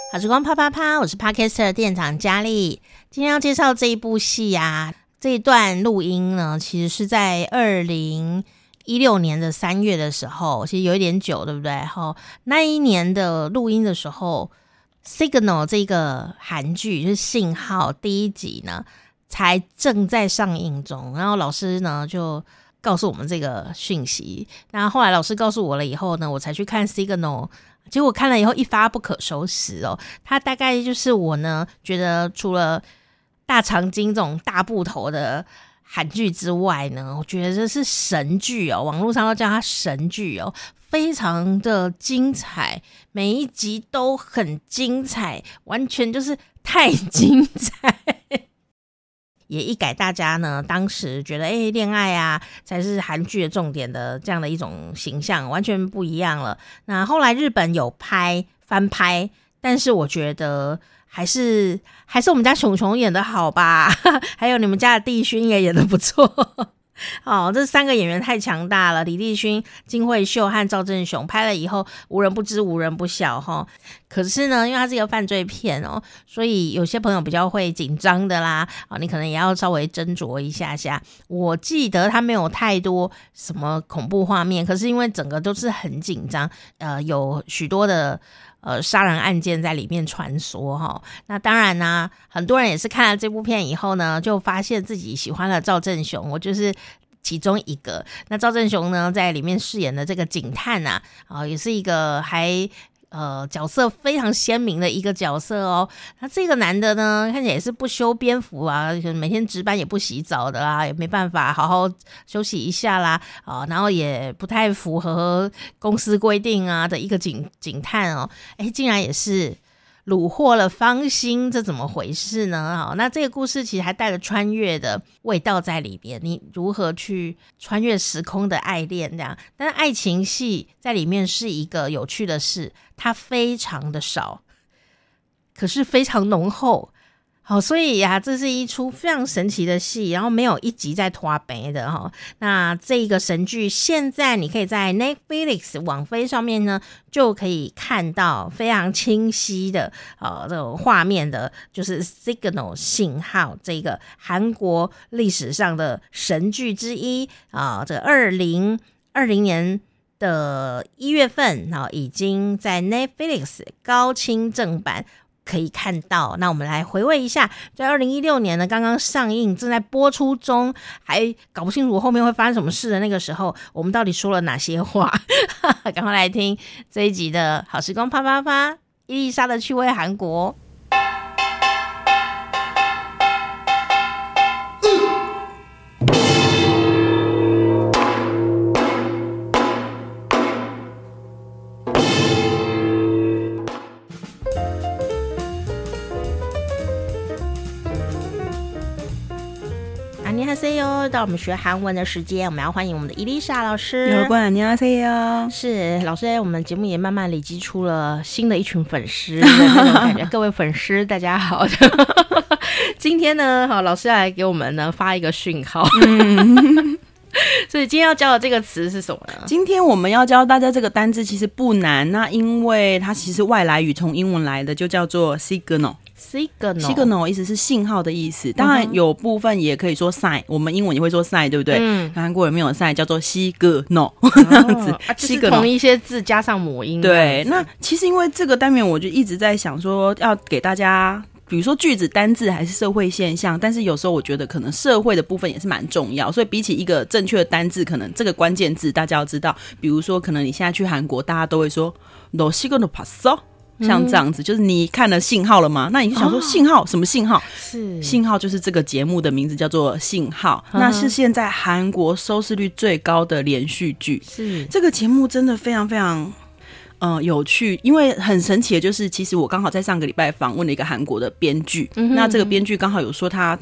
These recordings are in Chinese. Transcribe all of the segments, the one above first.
好时光啪啪啪，我是 Podcaster 店长佳丽。今天要介绍这一部戏啊，这一段录音呢，其实是在2016年的3月的时候，其实有一点久，对不对？那一年的录音的时候 Signal 这个韩剧就是信号第一集呢才正在上映中，然后老师呢就告诉我们这个讯息，那后来老师告诉我了以后呢，我才去看 Signal， 结果看了以后一发不可收拾哦。它大概就是我呢觉得除了大长今这种大部头的韩剧之外呢，我觉得这是神剧哦，网络上都叫它神剧哦，非常的精彩，每一集都很精彩，完全就是太精彩也一改大家呢当时觉得恋爱啊才是韩剧的重点的这样的一种形象，完全不一样了。那后来日本有翻拍，但是我觉得还是我们家熊熊演的好吧还有你们家的帝勋也演得不错这3个演员太强大了，李帝勋、金惠秀和赵正雄拍了以后无人不知无人不晓可是呢因为它是一个犯罪片所以有些朋友比较会紧张的啦你可能也要稍微斟酌一下下。我记得它没有太多什么恐怖画面，可是因为整个都是很紧张，有许多的杀人案件在里面穿梭那当然呢很多人也是看了这部片以后呢就发现自己喜欢了赵正雄，我就是其中一个。那赵正雄呢在里面饰演的这个警探也是一个还角色非常鲜明的一个角色那这个男的呢看起来也是不修边幅啊，每天值班也不洗澡的啦，也没办法好好休息一下啦然后也不太符合公司规定啊的一个警探竟然也是虏获了芳心，这怎么回事呢？那这个故事其实还带了穿越的味道在里边，你如何去穿越时空的爱恋这样。但是爱情戏在里面是一个有趣的事，它非常的少，可是非常浓厚所以这是一出非常神奇的戏，然后没有一集在拖白的那这个神剧现在你可以在 Netflix 网飞上面呢就可以看到非常清晰的这种画面的，就是 Signal 信号这个韩国历史上的神剧之一这个2020年的1月份已经在 Netflix 高清正版可以看到。那我们来回味一下，在2016年呢刚刚上映正在播出中，还搞不清楚后面会发生什么事的那个时候，我们到底说了哪些话赶快来听这一集的好时光啪啪啪，伊丽莎的趣味韩国。안녕하세요，到我们学韩文的时间，我们要欢迎我们的伊丽莎老师。 안녕하세요。 是老师，我们节目也慢慢累积出了新的一群粉丝的那种感觉。各位粉丝，大家好。今天呢，老师要来给我们呢发一个讯号。所以今天要教的这个词是什么呢？ 今天我们要教大家这个单字其实不难，那因为它其实外来语从英文来的，就叫做 signal。signal 意思是信号的意思，当然有部分也可以说 sign， 我们英文也会说 sign， 对不对？韩国人没有 sign， 叫做 signal 这样子， 就是同一些字加上母音。 对，那其实因为这个单元，我就一直在想说，要给大家。比如说句子单字还是社会现象，但是有时候我觉得可能社会的部分也是蛮重要，所以比起一个正确的单字，可能这个关键字大家要知道。比如说可能你现在去韩国，大家都会说너 시그널 봤어？像这样子，就是你看了信号了吗？那你就想说信号，什么信号？ 是信号就是这个节目的名字叫做信号，那是现在韩国收视率最高的连续剧。 是这个节目真的非常非常有趣，因为很神奇的就是，其实我刚好在上个礼拜访问了一个韩国的编剧，那这个编剧刚好有说他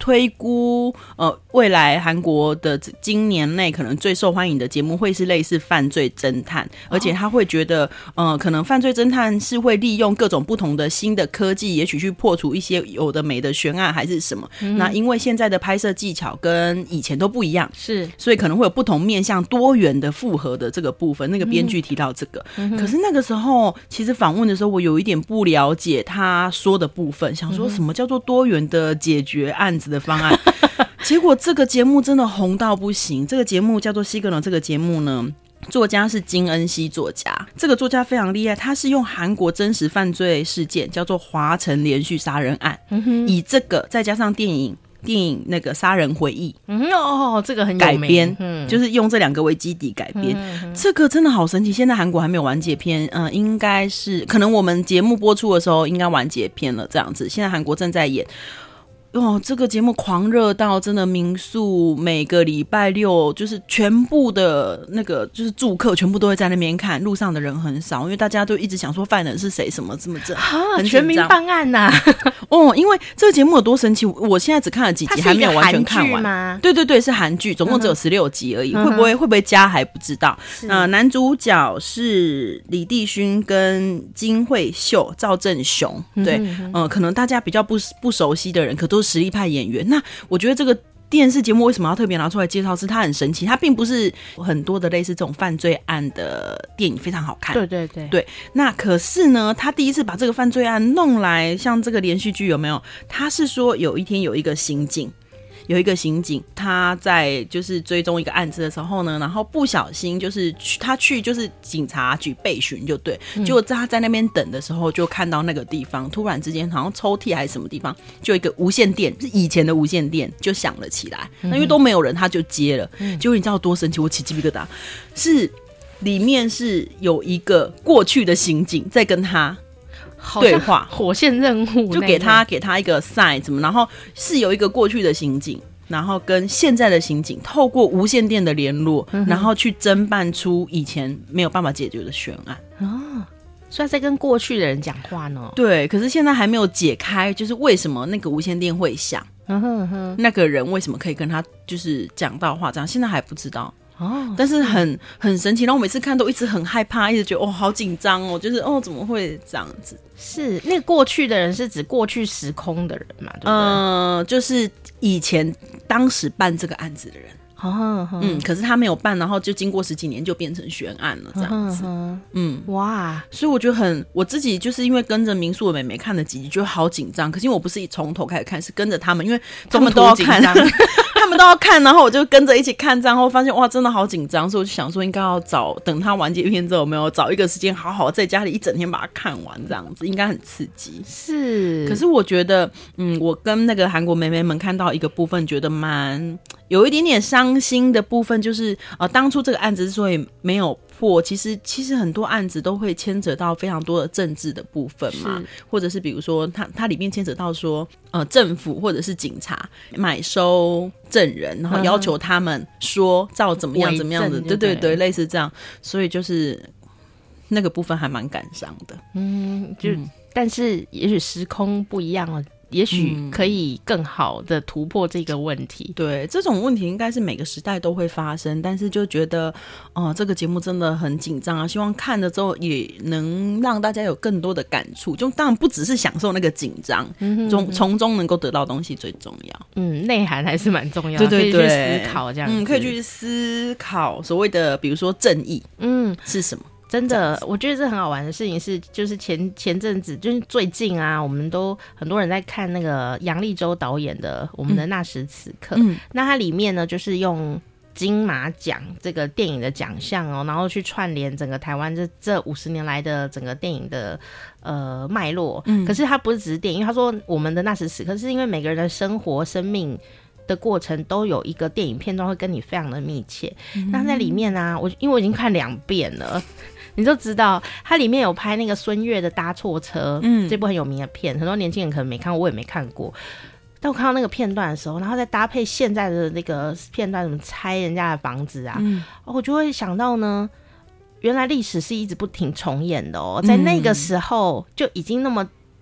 推估未来韩国的今年内可能最受欢迎的节目会是类似犯罪侦探，而且他会觉得可能犯罪侦探是会利用各种不同的新的科技，也许去破除一些有的没的悬案还是什么，那因为现在的拍摄技巧跟以前都不一样， 是， 所以可能会有不同面向多元的复合的这个部分，那个编剧提到这个，可是那个时候其实访问的时候我有一点不了解他说的部分，想说什么叫做多元的解决案子的方案结果这个节目真的红到不行，这个节目叫做 Signal， 这个节目呢作家是金恩熙作家，这个作家非常厉害，他是用韩国真实犯罪事件叫做华城连续杀人案，以这个再加上电影那个杀人回忆， 这个很有改编，就是用这两个为基底改编，这个真的好神奇。现在韩国还没有完结篇，应该是可能我们节目播出的时候应该完结篇了这样子，现在韩国正在演。这个节目狂热到真的民宿每个礼拜六就是全部的那个就是住客全部都会在那边看，路上的人很少，因为大家都一直想说犯人是谁，什么这么正很全民办案呐因为这个节目有多神奇，我现在只看了几集还没有完全看完吗？ 对对对，是韩剧，总共只有16集而已，会不会加还不知道。男主角是李帝勋跟金惠秀、赵正雄，对，可能大家比较不熟悉的人，可都是实力派演员。那我觉得这个电视节目为什么要特别拿出来介绍，是它很神奇，它并不是很多的类似这种犯罪案的电影非常好看，对，那可是呢他第一次把这个犯罪案弄来像这个连续剧，有没有？他是说有一天有一个刑警他在就是追踪一个案子的时候呢，然后不小心就是他去就是警察局备询就对，结果他在那边等的时候就看到那个地方突然之间好像抽屉还是什么地方就有一个无线电，是以前的无线电就响了起来，那因为都没有人他就接了，结果你知道多神奇，我起鸡皮疙瘩，是里面是有一个过去的刑警在跟他对话， 火线任务就给他一个 sign 怎么，然后是有一个过去的刑警，然后跟现在的刑警透过无线电的联络，然后去侦办出以前没有办法解决的悬案。 所以在跟过去的人讲话呢？ 对，可是现在还没有解开，就是为什么那个无线电会响，那个人为什么可以跟他就是讲到话，这样现在还不知道。但是很神奇，然后我每次看都一直很害怕，一直觉得好紧张哦，就是怎么会这样子？ 是那个过去的人是指过去时空的人嘛？对不对？ 就是以前当时办这个案子的人。可是他没有办，然后就经过10几年就变成悬案了这样子。 哇， 所以我觉得我自己就是因为跟着民宿的妹妹看了几集就好紧张，可是因为我不是从头开始看，是跟着他们，因为他们都要看他们都要看，然后我就跟着一起看，然后发现哇真的好紧张，所以我就想说应该要等他完结篇之后，有没有找一个时间好好在家里一整天把它看完，这样子应该很刺激。 是，可是我觉得我跟那个韩国妹妹们看到一个部分觉得有一点点伤心的部分，就是当初这个案子之所以没有破，其实很多案子都会牵扯到非常多的政治的部分嘛，或者是比如说它里面牵扯到说政府或者是警察买收证人，然后要求他们说照怎么样怎么样的，对对对，类似这样，所以就是那个部分还蛮感伤的。 但是也许时空不一样了，也许可以更好的突破这个问题。 对，这种问题应该是每个时代都会发生，但是就觉得这个节目真的很紧张啊，希望看了之后也能让大家有更多的感触，就当然不只是享受那个紧张，从中能够得到东西最重要。 内涵还是蛮重要的， 对对对， 可以去思考这样子， 可以去思考所谓的比如说正义是什么。 真的，我觉得这很好玩的事情是，就是前阵子，就是最近啊，我们都很多人在看那个杨力州导演的《我们的那时此刻》，那它里面呢，就是用金马奖这个电影的奖项然后去串联整个台湾这50年来的整个电影的脉络。可是它不是只是电影，因为他说我们的那时此刻，是因为每个人的生活、生命的过程都有一个电影片段会跟你非常的密切。那在里面啊，因为我已经看2遍了。你就知道它里面有拍那个孙越的搭错车，这部很有名的片，很多年轻人可能没看过，我也没看过。但我看到那个片段的时候，然后再搭配现在的那个片段，怎么拆人家的房子啊，我就会想到呢，原来历史是一直不停重演的在那个时候就已经那么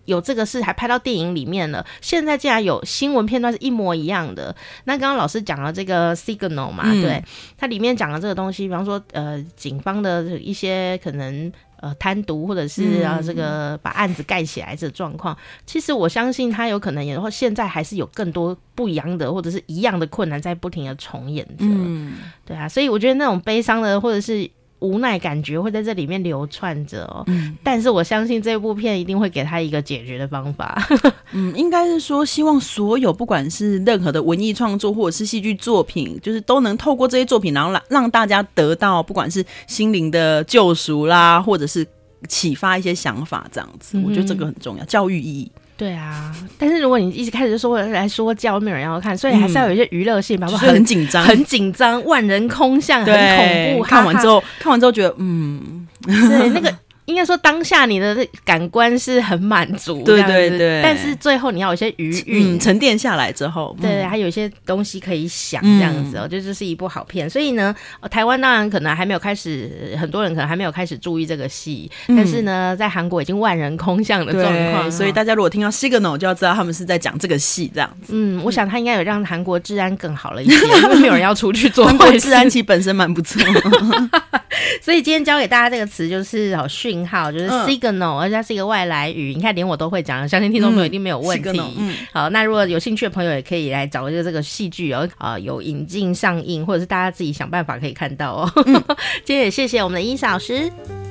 有这个事还拍到电影里面了，现在竟然有新闻片段是一模一样的。那刚刚老师讲了这个 Signal 嘛，对，它里面讲的这个东西，比方说警方的一些可能贪渎或者是这个把案子盖起来这个状况，其实我相信它有可能也现在还是有更多不一样的或者是一样的困难在不停的重演着。对啊，所以我觉得那种悲伤的或者是无奈感觉会在这里面流窜着但是我相信这部片一定会给他一个解决的方法。 应该是说希望所有不管是任何的文艺创作或者是戏剧作品，就是都能透过这些作品然后让大家得到不管是心灵的救赎啦，或者是启发一些想法这样子。我觉得这个很重要，教育意义。 对啊，但是如果你一开始就说来说教，没有人要看，所以还是要有一些娱乐性吧， 就是很紧张， 很紧张，万人空巷，很恐怖。 看完之后觉得对，那个应该说当下你的感官是很满足， 对对对， 但是最后你要有一些余韵， 沉淀下来之后， 对，还有一些东西可以想这样子我觉得这是一部好片。所以呢，台湾当然可能还没有开始，很多人可能还没有开始注意这个戏，但是呢，在韩国已经万人空巷的状况， 所以大家如果听到 Signal 就要知道他们是在讲这个戏这样子。 我想他应该有让韩国治安更好了一些，因为没有人要出去做坏事。 韩国治安其实本身蛮不错。 所以今天教给大家这个词就是讯号，就是 signal，而且它是一个外来语，你看连我都会讲，相信听众朋友一定没有问题。好，那如果有兴趣的朋友也可以来找一个这个戏剧有引进上映，或者是大家自己想办法可以看到今天也谢谢我们的伊嫂老师。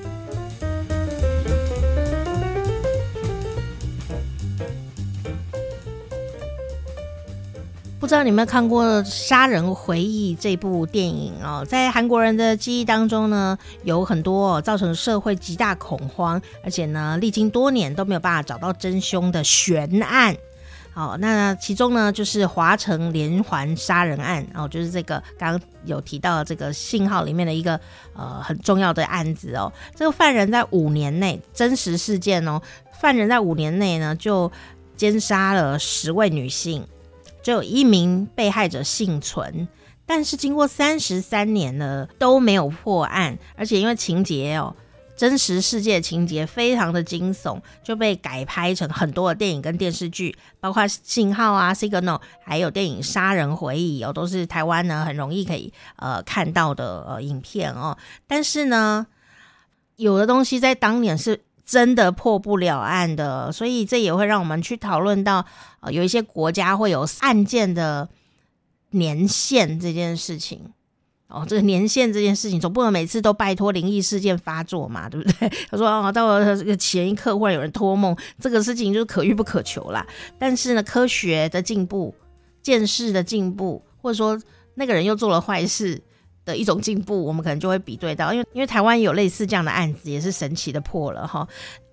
不知道你有没有看过《杀人回忆》这部电影在韩国人的记忆当中呢，有很多造成社会极大恐慌，而且呢历经多年都没有办法找到真凶的悬案。那其中呢就是华城连环杀人案就是这个刚刚有提到的这个信号里面的一个很重要的案子这个犯人在5年内，真实事件犯人在5年内呢就奸杀了10位女性，只有1名被害者幸存，但是经过33年了都没有破案，而且因为情节真实世界情节非常的惊悚，就被改拍成很多的电影跟电视剧，包括信号啊 Signal， 还有电影杀人回忆都是台湾呢很容易可以看到的影片但是呢有的东西在当年是真的破不了案的，所以这也会让我们去讨论到有一些国家会有案件的年限这件事情这个年限这件事情总不能每次都拜托灵异事件发作嘛，对不对？他说到了这个前一刻忽然有人托梦，这个事情就是可遇不可求啦。但是呢，科学的进步、见识的进步，或者说那个人又做了坏事的一种进步，我们可能就会比对到，因为台湾有类似这样的案子，也是神奇的破了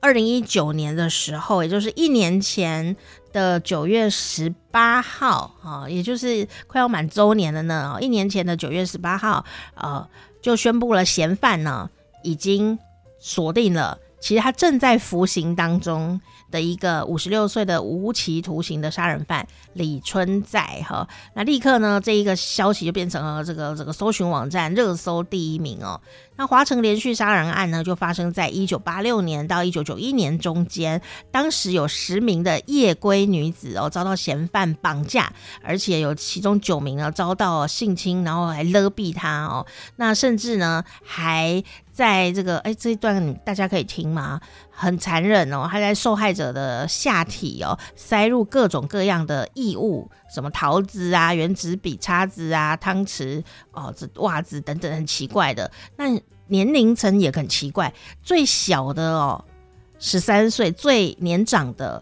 2019年的时候，也就是1年前的9月18号也就是快要满周年了呢。1年前的9月18号就宣布了嫌犯呢已经锁定了，其实他正在服刑当中的一个56岁的无期徒刑的杀人犯李春在那立刻呢这一个消息就变成了这个搜寻网站热搜第1名那华城连续杀人案呢就发生在1986年到1991年中间，当时有10名的夜归女子遭到嫌犯绑架，而且有其中9名呢遭到性侵，然后还勒毙他那甚至呢还在这个这一段大家可以听吗？很残忍他在受害者的下体塞入各种各样的异物，什么桃子啊、原子笔、叉子啊、汤匙袜子等等，很奇怪的。那年龄层也很奇怪，最小的13岁，最年长的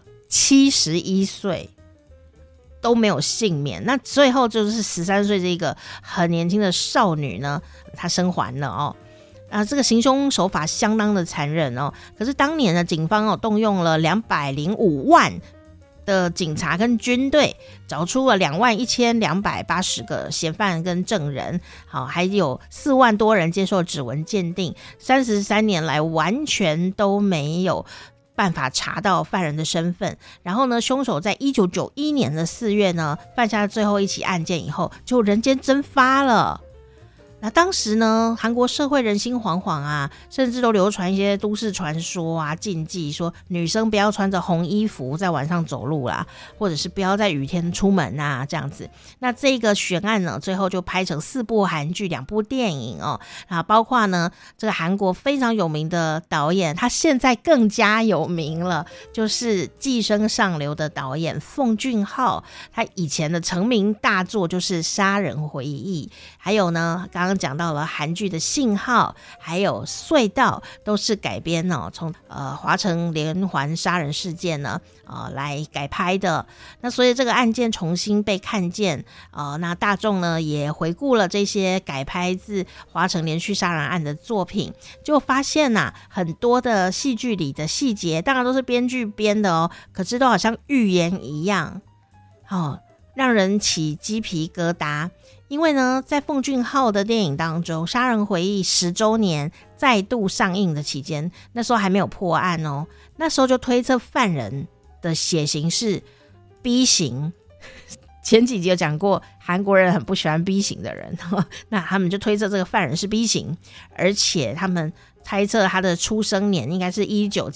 71岁都没有幸免。那最后就是13岁这个很年轻的少女呢，她生还了这个行凶手法相当的残忍可是当年的警方动用了205万的警察跟军队，找出了21280个嫌犯跟证人，还有4万多人接受指纹鉴定，33年来完全都没有办法查到犯人的身份。然后呢，凶手在1991年的4月呢犯下最后一起案件以后就人间蒸发了。 那当时呢，韩国社会人心惶惶啊，甚至都流传一些都市传说啊、禁忌，说女生不要穿着红衣服在晚上走路啦，或者是不要在雨天出门啊，这样子。那这个悬案呢，最后就拍成4部韩剧、2部电影哦。啊，包括呢，这个韩国非常有名的导演，他现在更加有名了，就是《寄生上流》的导演奉俊昊。他以前的成名大作就是《杀人回忆》，还有呢，刚刚讲到了韩剧的《信号》，还有《隧道》，都是改编哦，从华城连环杀人事件呢来改拍的。那所以这个案件重新被看见，那大众呢也回顾了这些改拍自华城连续杀人案的作品，就发现很多的戏剧里的细节，当然都是编剧编的哦，可是都好像预言一样，让人起鸡皮疙瘩。因为呢，在奉俊昊的电影当中，《杀人回忆》10周年再度上映的期间，那时候还没有破案哦，那时候就推测犯人的血型是 B 型。前几集有讲过，韩国人很不喜欢 B 型的人，那他们就推测这个犯人是 B 型，而且他们猜测他的出生年应该是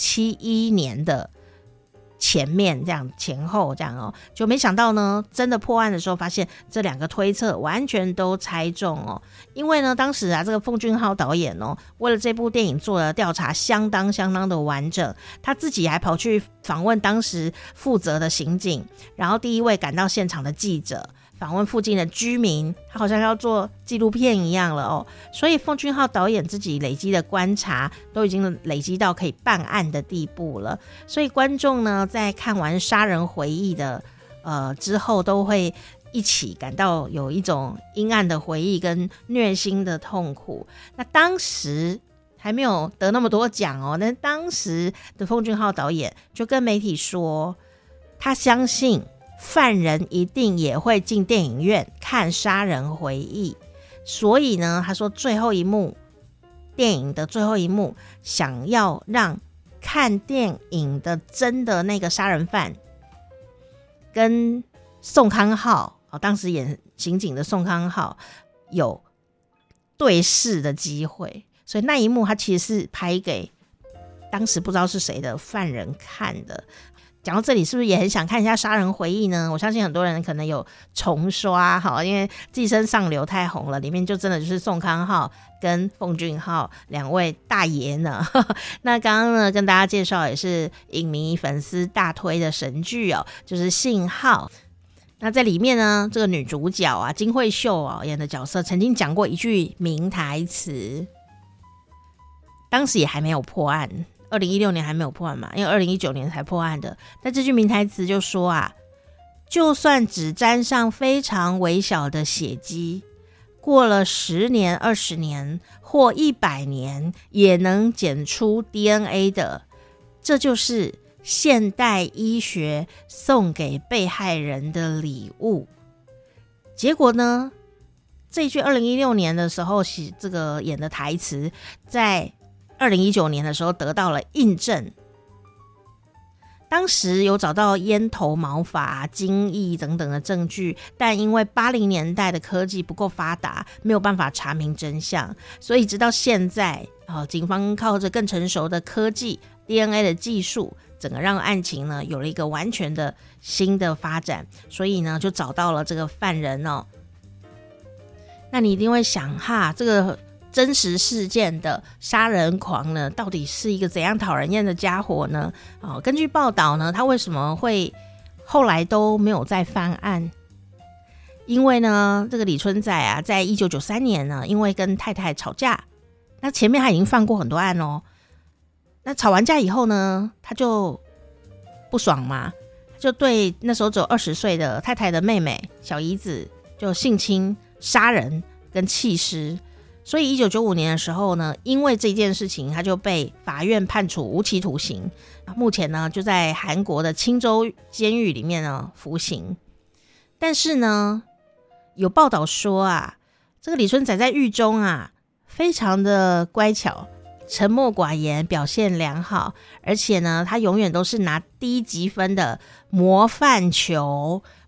1971年的前面，这样前后这样哦，就没想到呢，真的破案的时候发现这2个推测完全都猜中哦。因为呢，当时这个奉俊昊导演哦，为了这部电影做了调查，相当的完整，他自己还跑去访问当时负责的刑警，然后第一位赶到现场的记者，访问附近的居民，他好像要做纪录片一样了哦。所以奉俊昊导演自己累积的观察都已经累积到可以办案的地步了。所以观众呢，在看完《杀人回忆》的之后，都会一起感到有一种阴暗的回忆跟虐心的痛苦。那当时还没有得那么多奖哦，但当时的奉俊昊导演就跟媒体说，他相信犯人一定也会进电影院看《杀人回忆》，所以呢，他说最后一幕，电影的最后一幕，想要让看电影的真的那个杀人犯跟宋康昊，当时演刑警的宋康昊有对视的机会，所以那一幕他其实是拍给当时不知道是谁的犯人看的。讲到这里，是不是也很想看一下《杀人回忆》呢？我相信很多人可能有重刷，因为《寄生上流》太红了，里面就真的就是宋康昊跟奉俊昊2位大爷呢。那刚刚呢，跟大家介绍也是影迷粉丝大推的神剧哦，就是《信号》。那在里面呢，这个女主角金惠秀演的角色曾经讲过一句名台词，当时也还没有破案。2016年还没有破案嘛，因为2019年才破案的。但这句名台词就说就算只沾上非常微小的血迹，过了10年、20年或100年，也能检出 DNA 的，这就是现代医学送给被害人的礼物。结果呢，这句2016年的时候这个演的台词，在2019年的时候得到了印证。当时有找到烟头毛发、精液等等的证据，但因为80年代的科技不够发达，没有办法查明真相，所以直到现在警方靠着更成熟的科技 DNA 的技术，整个让案情呢有了一个完全的新的发展，所以呢就找到了这个犯人哦。那你一定会想这个真实事件的杀人狂呢，到底是一个怎样讨人厌的家伙呢？根据报道呢，他为什么会后来都没有再犯案？因为呢，这个李春仔在1993年呢，因为跟太太吵架，那前面他已经犯过很多案哦。那吵完架以后呢，他就不爽嘛，就对那时候只有20岁的太太的妹妹小姨子就性侵、杀人跟弃尸。所以1995年的时候呢，因为这件事情他就被法院判处无期徒刑，目前呢就在韩国的青州监狱里面呢服刑。但是呢，有报道说这个李春仔在狱中非常的乖巧，沉默寡言，表现良好，而且呢他永远都是拿低积分的模范囚。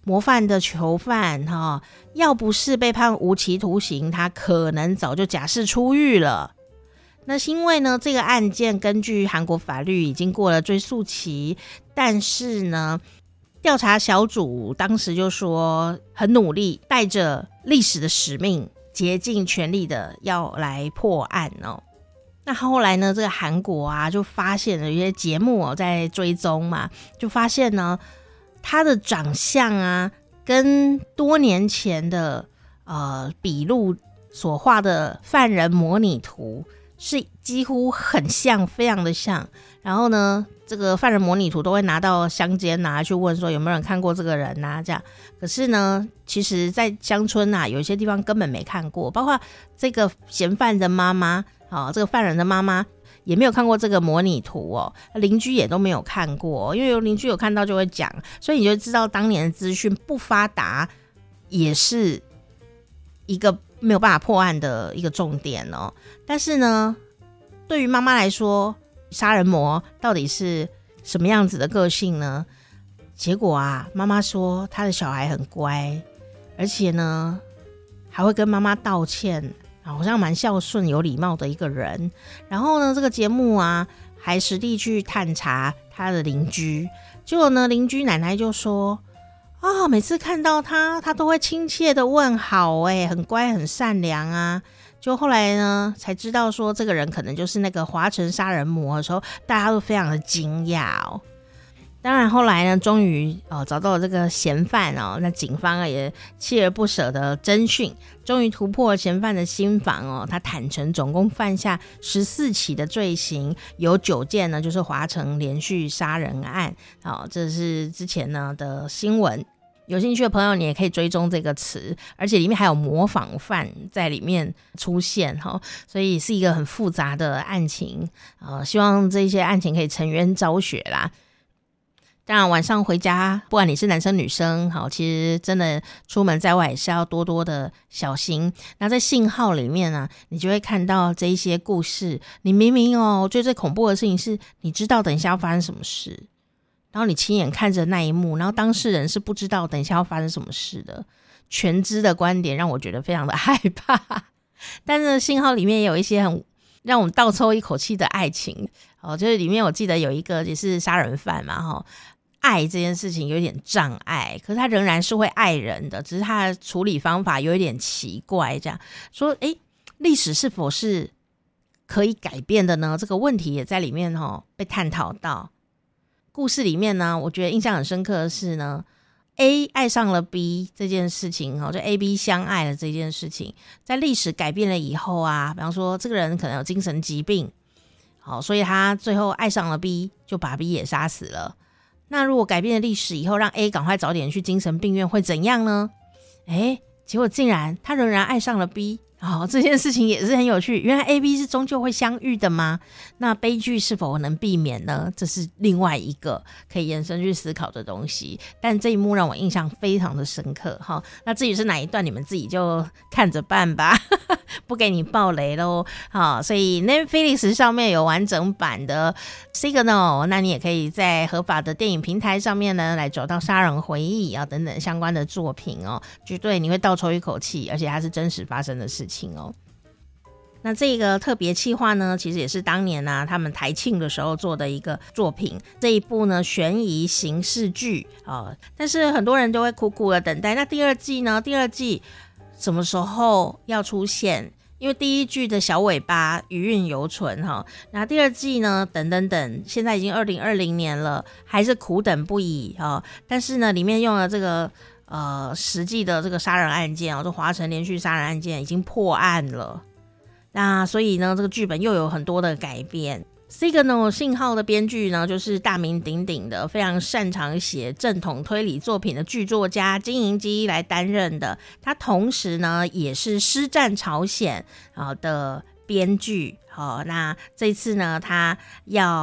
模范的囚犯要不是被判无期徒刑，他可能早就假释出狱了。那是因为呢，这个案件根据韩国法律已经过了追诉期，但是呢，调查小组当时就说很努力，带着历史的使命，竭尽全力的要来破案那后来呢，这个韩国啊就发现了有些节目在追踪嘛，就发现呢，他的长相啊跟多年前的笔录所画的犯人模拟图是几乎很像，非常的像。然后呢，这个犯人模拟图都会拿到乡间拿去问说有没有人看过这个人啊，这样。可是呢，其实在乡村啊，有一些地方根本没看过，包括这个嫌犯的妈妈这个犯人的妈妈也没有看过这个模拟图邻居也都没有看过因为有邻居有看到就会讲，所以你就知道当年的资讯不发达也是一个没有办法破案的一个重点但是呢，对于妈妈来说，杀人魔到底是什么样子的个性呢？结果啊，妈妈说她的小孩很乖，而且呢还会跟妈妈道歉，好像蛮孝顺有礼貌的一个人。然后呢，这个节目啊还实地去探查他的邻居，结果呢，邻居奶奶就说每次看到他都会亲切的问好很乖很善良啊。就后来呢才知道说这个人可能就是那个华城杀人魔的时候，大家都非常的惊讶当然后来呢，终于找到了这个嫌犯那警方也锲而不舍的侦讯，终于突破了嫌犯的心防他坦诚总共犯下14起的罪行，有9件呢就是华城连续杀人案这是之前呢的新闻。有兴趣的朋友你也可以追踪这个词，而且里面还有模仿犯在里面出现所以是一个很复杂的案情希望这些案情可以沉冤昭雪啦。当然晚上回家不管你是男生女生其实真的出门在外也是要多多的小心。那在信号里面啊，你就会看到这一些故事，你明明我觉得最恐怖的事情是你知道等一下要发生什么事，然后你亲眼看着那一幕，然后当事人是不知道等一下要发生什么事的，全知的观点让我觉得非常的害怕。但是信号里面也有一些很让我们倒抽一口气的爱情就是里面我记得有一个也是杀人犯嘛爱这件事情有点障碍，可是他仍然是会爱人的，只是他的处理方法有一点奇怪，这样说历史是否是可以改变的呢？这个问题也在里面被探讨到。故事里面呢，我觉得印象很深刻的是呢 A 爱上了 B 这件事情就 A、B 相爱了这件事情，在历史改变了以后啊，比方说这个人可能有精神疾病所以他最后爱上了 B， 就把 B 也杀死了。那如果改变了历史以后，让 A 赶快早点去精神病院会怎样呢？结果竟然他仍然爱上了 B，这件事情也是很有趣，原来 A、B 是终究会相遇的吗？那悲剧是否能避免呢？这是另外一个可以延伸去思考的东西，但这一幕让我印象非常的深刻那至于是哪一段你们自己就看着办吧不给你爆雷咯所以 Netflix 上面有完整版的 Signal， 那你也可以在合法的电影平台上面呢来找到杀人回忆等等相关的作品绝对你会倒抽一口气，而且它是真实发生的事情那这个特别企划呢，其实也是当年他们台庆的时候做的一个作品，这一部呢悬疑刑事剧但是很多人都会苦苦的等待，那第二季呢？第二季什么时候要出现？因为第一季的小尾巴余韵犹存那第二季呢等等等，现在已经2020年了，还是苦等不已但是呢里面用了这个实际的这个杀人案件这华城连续杀人案件已经破案了，那所以呢这个剧本又有很多的改变。Signal 信号的编剧呢，就是大名鼎鼎的非常擅长写正统推理作品的剧作家金银基来担任的，他同时呢也是师战朝鲜的编剧那这次呢他要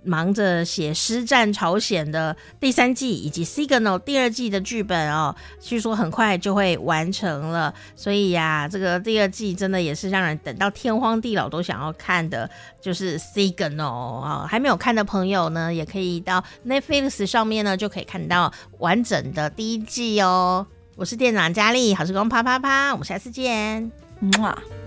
忙着写《师战朝鲜》的第3季以及 Signal 第2季的剧本哦，据说很快就会完成了，所以呀，这个第2季真的也是让人等到天荒地老都想要看的，就是 Signal 啊，还没有看的朋友呢，也可以到 Netflix 上面呢就可以看到完整的第1季哦。我是店长佳丽，好时光啪啪啪，我们下次见。 哇。